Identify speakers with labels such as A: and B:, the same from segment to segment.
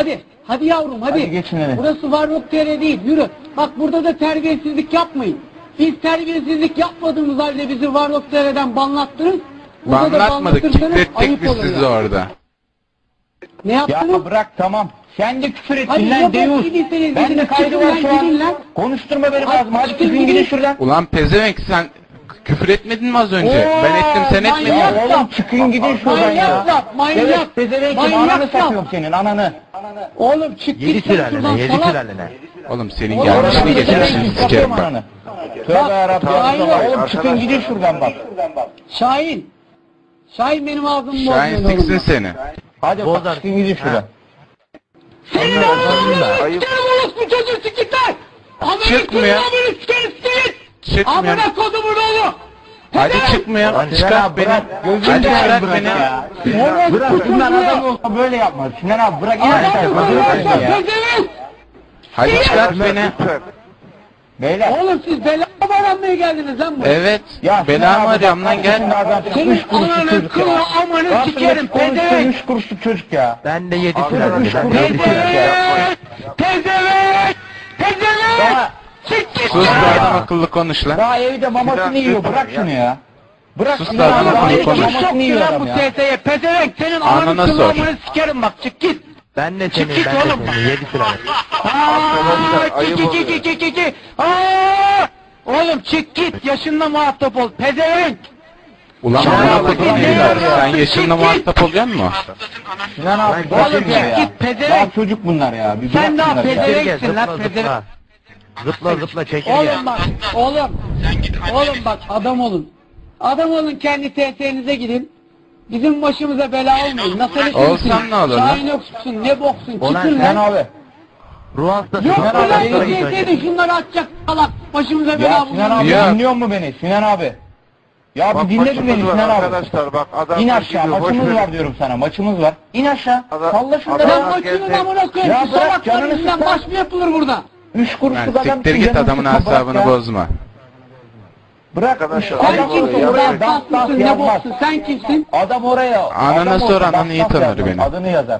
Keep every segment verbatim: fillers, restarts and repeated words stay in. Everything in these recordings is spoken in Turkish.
A: Hadi. Hadi yavrum hadi.
B: Hadi geçin eve.
A: Burası Varlık T R değil. Yürü. Bak burada da terbiyesizlik yapmayın. Biz terbiyesizlik yapmadığımız halde bizi Varlık T R'den banlattınız. Burada da
C: Banlatmadık.
A: banlatırsanız
C: Kikrettik
A: ayıp
C: biz
A: olur
C: sizi
A: ya.
C: orada.
A: Ne yaptınız?
B: Ya bırak tamam. Sen de küfür ettin
A: Hadi
B: lan
A: yok,
B: Deus.
A: gidirseniz
B: Ben de
A: gidin,
B: kaydı
A: çıkın
B: var
A: lan,
B: şu an.
A: gidin lan.
B: Konuşturma beni
A: Hadi
B: lazım. Hadi
A: çıkın,
B: çıkın
A: gidin.
B: gidin şuradan.
C: Ulan pezevenk sen küfür etmedin mi az önce?
A: Oo,
C: Ben ettim sen etmedin
A: manyak
C: mi?
B: Ya oğlum çıkın gidin şuradan
A: Manyak
B: ya.
A: laf, manyak.
B: Evet pezevenkim
A: Manyak
B: ananı
A: laf.
B: satıyorum senin ananı.
A: Oğlum çık
D: Yedi
A: git lan
D: sülalene,
A: şuradan
D: yedi
A: salak.
D: sülalene.
C: Oğlum senin
A: Oğlum,
C: gelmişini
A: oğlum,
C: geçmişini
A: oğlum,
C: sikerim bak.
B: ananı. Tövbe yarabbim.
A: Hayır.
B: Oğlum çıkın gidin şuradan bak.
A: Şahin. Şahin benim ağzımı
C: Şahin
A: bozmuyor
C: siksin
A: oğlum.
C: seni.
B: Hadi bak
D: Bozar.
B: çıkın gidin şuradan.
A: Senin ağzını ayıp. Bu çocuğu sikitler.
C: Çıkmıyor.
A: Amına sikerim sikit.
C: Çıkmıyor.
A: Amına kodumun oğlu.
C: Hadi çıkmıyor.
B: Lan
C: Çıkart
B: Sinan abi
C: beni.
B: bırak. Gözünü
C: Hadi
B: seveyim
C: bırak
B: bırak
C: beni.
B: ya.
A: Orası
B: Bırak
A: çocuğu.
B: Sinan adam olsa böyle yapmaz. Sinan abi bırak in aşağı.
A: Adam
B: Gözünü seveyim
A: olsa
B: ya.
A: pezevenk.
C: Hadi çıkart beni.
B: Beyler.
A: Oğlum siz bela mı aramaya geldiniz lan buraya?
C: Evet.
B: Ya Sinan
C: Belamı
B: abi
C: arıyorum
B: bak,
C: lan gel.
B: kardeşim adam
A: Senin
B: üç kuruşluk
A: ananın
B: çocuk
A: kılı
B: ya.
A: amanı
B: Rabbim
A: sikerim
B: konuşsun
A: pezevenk.
B: üç kuruşluk çocuk ya.
D: Ben de yedi
B: Abi,
D: sülalene.
B: üç
D: Ben de
B: kuruş
D: yedi
B: çocuk
D: sülalene.
B: ya.
A: Pezevenk. Pezevenk. Pezevenk.
B: Daha,
A: Çık git.
C: Sus bir adam akıllı konuş lan.
B: daha evde mamasını yiyor. Bırak şunu ya. Bırak
C: Sus
B: Sinan
C: da
B: abi
C: adam
B: daha
C: akıllı
B: evde
C: konuş.
A: Kim
B: mamasını yiyor
A: soktu lan
B: adam
A: bu
B: ya.
A: S S'ye? Pezevenk senin
C: Anana
A: ananı
C: sor.
A: kılığımını sikerim bak çık git.
D: Ben de senin,
A: Çık
D: ben
A: git
D: de
A: oğlum.
D: senin. Yedi sülalene.
A: Aaa ki ki ki ki ki ki. Aaa. Oğlum çık git yaşınla muhatap ol pezevenk.
C: Ulan
A: Şahin
C: bana
A: abi,
C: kodum
A: git
C: evladı.
A: ya.
C: Sen yaşınla
A: Git,
C: muhatap oluyor musun?
B: Sinan abi
D: Oğlum,
B: bırak
A: git,
B: şunu ya.
A: git, pezevenk.
B: Daha çocuk bunlar ya. Bir
A: Sen
B: bırak
A: daha
B: şunları ya.
A: pezevenk.
D: Çekirge,
A: Çeksin lan,
D: zıpla
A: pezevenk.
D: zıpla. Zıpla zıpla çekirge.
A: Oğlum bak oğlum. Oğlum bak adam olun. Adam olun kendi T S'nize gidin. Bizim başımıza bela olmayın. Nasıl
C: Olsam ne olur lan?
A: Şahin yoksun ne boksun
D: Ulan
A: çıkın
B: Sinan
A: lan.
B: abi.
D: Ruh hastası.
A: Yok
B: Sinan
A: mu
B: abi,
A: lan
B: yürü
A: bu
B: git
A: T S'de şunları atacak salak. Başımıza
B: Ya
A: bela
B: Sinan abi
C: Ya.
B: dinliyor mu beni? Sinan abi. Ya
E: Bak
B: bir dinle bir
E: maçımız
B: beni
E: var
B: Sinan abi.
E: arkadaşlar bak adam
B: İn aşağı maçımız var diyorum sana maçımız var. İn aşağı.
E: Adam-
B: Salla şunları.
E: adam-
A: Lan
B: ya.
A: maçının
E: geldi.
A: amına koyayım.
B: Ya
A: Şu
B: bırak,
A: salakların
B: canını
A: yüzünden
B: sıkma.
A: maç mı yapılır burada?
B: Üç kuruşluk
C: Lan
B: adam
C: siktir
B: için
C: git
B: canını
C: adamın
B: sıkma, bırak
C: asabını
B: ya.
C: bozma.
B: Bırak.
E: Arkadaşlar,
A: Sen
B: Adam
A: kimsin
B: oraya
A: burada?
B: dans dans
A: Tatlısın ne
B: yazmaz.
A: boksun sen kimsin?
B: Adam oraya.
C: Anana
B: adam
C: sor,
B: orada
C: anan
B: dans
C: iyi
B: dans
C: tanır
B: yazmaz,
C: beni.
B: Adını yazar.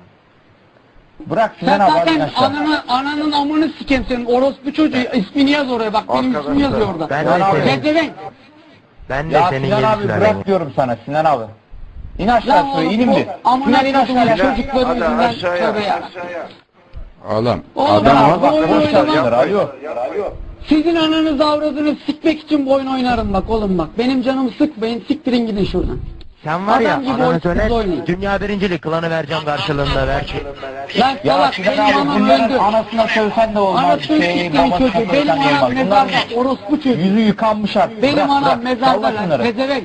B: Bırak
A: Sen
B: Sinan abi hadi in
A: zaten
B: aşağı.
A: ananı, ananın amını sikeyim senin orospu çocuğu ismini yaz oraya bak benim ismim
E: Arkadaşlar.
A: yazıyor orada.
D: Ben
B: de
A: Ne
D: senin.
A: demek?
D: Ben de
B: Ya
D: senin
B: Sinan
D: yedi
B: abi
D: sülalene.
B: bırak diyorum sana Sinan abi. İn aşağı
A: Lan
B: şuraya
A: oğlum
B: inin
A: bu
B: bir.
A: amına
B: Sinan in
A: kodumun
B: aşağıya.
A: çocukları
E: Hadi
A: yüzünden
E: aşağıya,
A: tövbe ya.
E: aşağıya.
C: Oğlum
A: Oğlum,
C: adam
A: ben-
C: ol.
B: Bak
A: Oyun
B: boş ver
A: oynama.
B: bunları alo.
A: Sizin ananızı avradını sikmek için bu oyun oynarım bak oğlum bak. Benim canımı sıkmayın siktirin gidin şuradan.
D: Sen var ya
A: Adam gibi
D: ananı
A: oyun
D: söyle.
A: oynayın.
D: Dünya birincilik klanı vereceğim karşılığında ver.
A: Lan
B: Ya
A: salak
B: Sinan
A: benim
B: abi
A: anam
B: bunların
A: öldü.
B: anasına sövsen de olmaz.
A: Anasını
B: Şey,
A: siktirin
B: babasına
A: çocuğu. Benim
B: sövsen de
A: anam
B: olmaz. Bunlar
A: mezarda orospu çocuğu.
B: yüzü yıkanmış artık.
A: Benim
B: Bırak,
A: anam
B: bırak.
A: mezarda
B: Salla
A: lan
B: şunları.
A: pezevenk.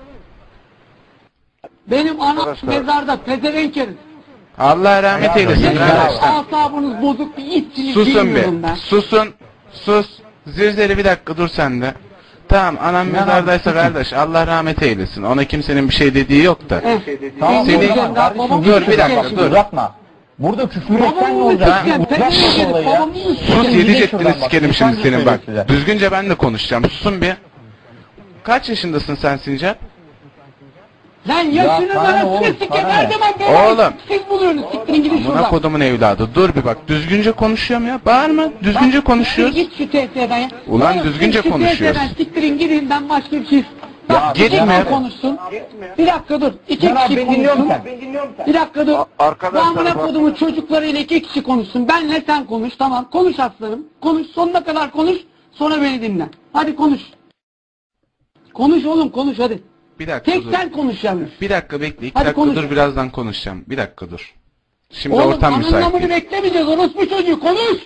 A: Benim anam
E: Arkadaşlar.
A: mezarda pezevenk herif.
C: Allah rahmet
B: Ya,
C: eylesin
B: ya,
A: Sizin
B: ya.
C: kardeşler.
A: asabınız bozuk bir içsiniz
C: Susun
A: bilmiyorum
C: bir.
A: ben.
C: Susun. Sus. Zirzeli bir dakika dur sen de. Tamam anam
B: Sinan abi,
C: mezardaysa
B: susun.
C: kardeş Allah rahmet eylesin. Ona kimsenin bir şey dediği yok da.
A: Eh,
B: Tamam
C: Seni-
B: o zaman kardeşim
A: Babamı
B: dur bir
A: sikeceğim
B: dakika
A: şimdi.
B: dur uzatma. Burada küfür etsen ne
A: Babamı
B: olacak?
A: sikeceğim,
B: Bir
A: pezevenk
B: uzatma
A: herif,
B: olayı ya.
A: babamı
C: Sus
A: sikeceğim.
B: Gidin
C: yedi
B: şuradan
C: cetleri
B: bak,
C: sikerim
B: insan
C: şimdi senin
B: söylüyor
C: bak.
B: size.
C: Düzgünce ben de konuşacağım. Susun bir. Kaç yaşındasın sen Sincar?
A: Lan yaşının
B: sana ne
A: arasını
B: oğlum,
A: sikeyim
B: sana
A: her
B: ne?
A: zaman böyle
C: Oğlum.
A: siz buluyorsunuz siktirin gidin
C: Buna
A: şuradan.
C: kodumun evladı. Dur bir bak. Düzgünce konuşuyorum ya. Bağırma. Düzgünce
A: Bak,
C: konuşuyoruz.
A: Git şu T S'den ya.
C: Ulan
A: Oğlum,
C: düzgünce
A: siz şu
C: konuşuyoruz.
A: T S'den siktirin gidin ben başka bir şey.
B: Ya
A: Bak
C: gitme.
A: iki kişi konuşsun. Bir dakika dur. İki
B: Sinan abi
A: kişi
B: beni dinliyor musun
A: konuşsun.
B: sen?
A: Bir dakika dur.
E: A- arkadaşlar
A: Bu amına
E: bak-
A: kodumun çocuklarıyla iki kişi konuşsun. Benle sen konuş tamam. Konuş aslanım. Konuş sonuna kadar konuş. Sonra beni dinle. Hadi konuş. Konuş oğlum konuş hadi.
C: Bir dakika
A: Tek
C: dur.
A: sen konuş yalnız.
C: Bir dakika bekle. İki
A: Hadi
C: dakika
A: konuş.
C: dur birazdan konuşacağım. Bir dakika dur. Şimdi
A: Oğlum
C: ortam müsait
A: anlamını
C: değil.
A: beklemeyeceğiz. Orospu çocuğu konuş.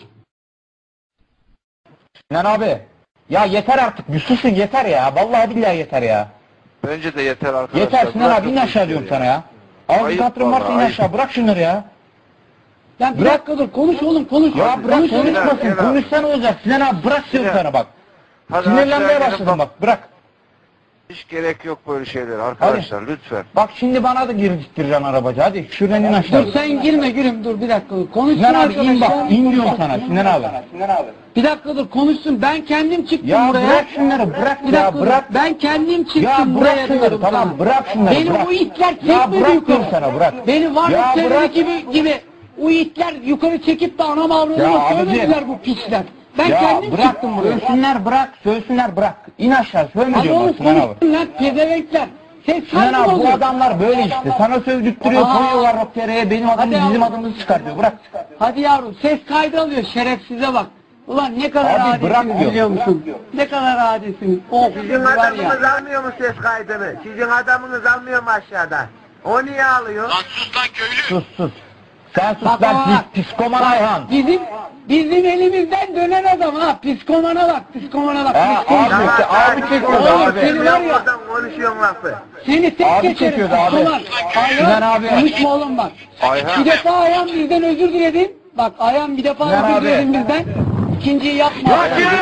B: Sinan abi. Ya yeter artık bir susun yeter ya. Vallahi billahi yeter ya.
E: Bence de yeter arkadaşlar.
B: Yeter Sinan
E: Bırakın
B: abi in
E: bu
B: aşağı
E: işleri
B: diyorum
E: ya.
B: sana ya. Ağzı
E: Ayıp
B: katırın varsa in
E: vallahi,
B: aşağı bırak şunları ya.
A: Lan bir
B: Bırak.
A: dakika dur konuş oğlum konuş.
B: Ya bırak
A: konuş.
E: Sinan,
B: konuşmasın
E: Sinan.
B: konuşsa ne olacak Sinan abi bırak diyorum
E: Sinan.
B: sana bak.
E: Hadi
B: Sinirlenmeye
E: aşağı gelin
B: başladım bak bırak.
E: Hiç gerek yok böyle şeyler arkadaşlar lütfen.
B: Bak şimdi bana da girdirteceksin arabacı hadi şuradan in aşağı.
A: Dur sen girme gülüm dur bir dakika dur. Konuşsun
B: Sinan abi in
A: arkadaşlar.
B: bak in diyorum sana Sinan abi.
A: Bir dakika dur konuşsun ben kendim çıktım
B: Ya
A: buraya.
B: bırak şunları bırak
A: Bir
B: ya
A: dakika dur.
B: bırak.
A: Ben kendim çıktım
B: Ya bırak
A: buraya
B: şunları
A: diyorum
B: tamam
A: sana.
B: bırak şunları
A: Beni
B: bırak.
A: bu itler
B: Ya
A: çekmedi
B: bırak
A: yukarı.
B: diyorum sana bırak.
A: Beni var
B: Ya
A: ya
B: bırak.
A: gibi gibi o itler yukarı çekip de anam
B: Ya
A: avradına
B: abicim.
A: söylemediler bu pisler. Ben
B: Ya
A: kendim
B: bırak,
A: çıktım buraya.
B: sövsünler bırak, sövsünler bırak. İn aşağı, sövme
A: Hadi
B: diyorum
A: oğlum
B: bak Sinan abi.
A: konuşsun lan pezevenkler. Ses
B: Sinan
A: kaybı
B: abi bu
A: oluyor.
B: adamlar böyle işte. Sana sövdürttürüyor,
A: Aa.
B: koyuyorlar roktereye, benim adımı
A: Hadi
B: bizim
A: abi.
B: adımızı çıkartıyor. Bırak.
A: Hadi yavrum ses kaydı alıyor şerefsize bak. Ulan ne kadar
B: Abi bırak
A: adilsiniz
B: diyor.
A: biliyor musun? Ne kadar adilsiniz. Oh
F: Sizin
A: var
F: adamınız
A: ya.
F: almıyor mu ses kaydını? Sizin adamınız almıyor mu aşağıda? O niye alıyor?
B: Sus sus. Sen sus
A: Bak
B: lan
A: ama-
B: pis, psikoman
A: Bak,
B: Ayhan.
A: Bizim bizim elimizden dönen adam ha. Psikomana bak, psikomana bak.
B: Ha,
A: psikomana.
B: abi işte, abi çekiyordu
A: Oğlum,
B: abi.
A: seni var ya.
F: Oradan konuşuyorsun lafı.
A: Seni tek
B: Abi
A: geçerim.
B: çekiyordu abi.
A: psikoman.
B: Sinan
A: Ayhan
B: abi.
A: konuşma oğlum bak.
E: Ayhan.
A: Bir defa Ayhan bizden özür diledin. Bak Ayhan bir defa
B: Sinan
A: özür
B: abi.
A: diledin bizden. İkinciyi yapma.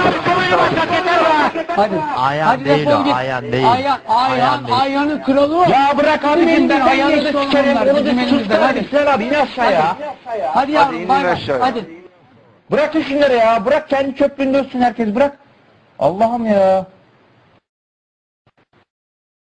A: Hadi.
D: Ayhan
A: Hadi
D: değil
A: defol
D: o,
A: git.
D: Ayhan değil.
A: Ayhan, Ayhan,
D: Ayhan değil.
A: Ayhan'ın kralı o.
B: Ya bırak
A: Bizim
B: abicim ben
A: elimizden
B: ayağını
A: geçti
B: da
A: oğlum
B: sikerim,
A: bunlar,
B: onu da
A: bizim elimizden.
B: sustur
A: Hadi.
B: hadi. Sinan abi in aşağıya.
A: Hadi yavrum
E: inin
A: bay bay.
E: aşağıya.
A: Hadi.
B: Bırakın şunları ya, bırak kendi çöplüğünde ölsün herkes, bırak. Allah'ım ya.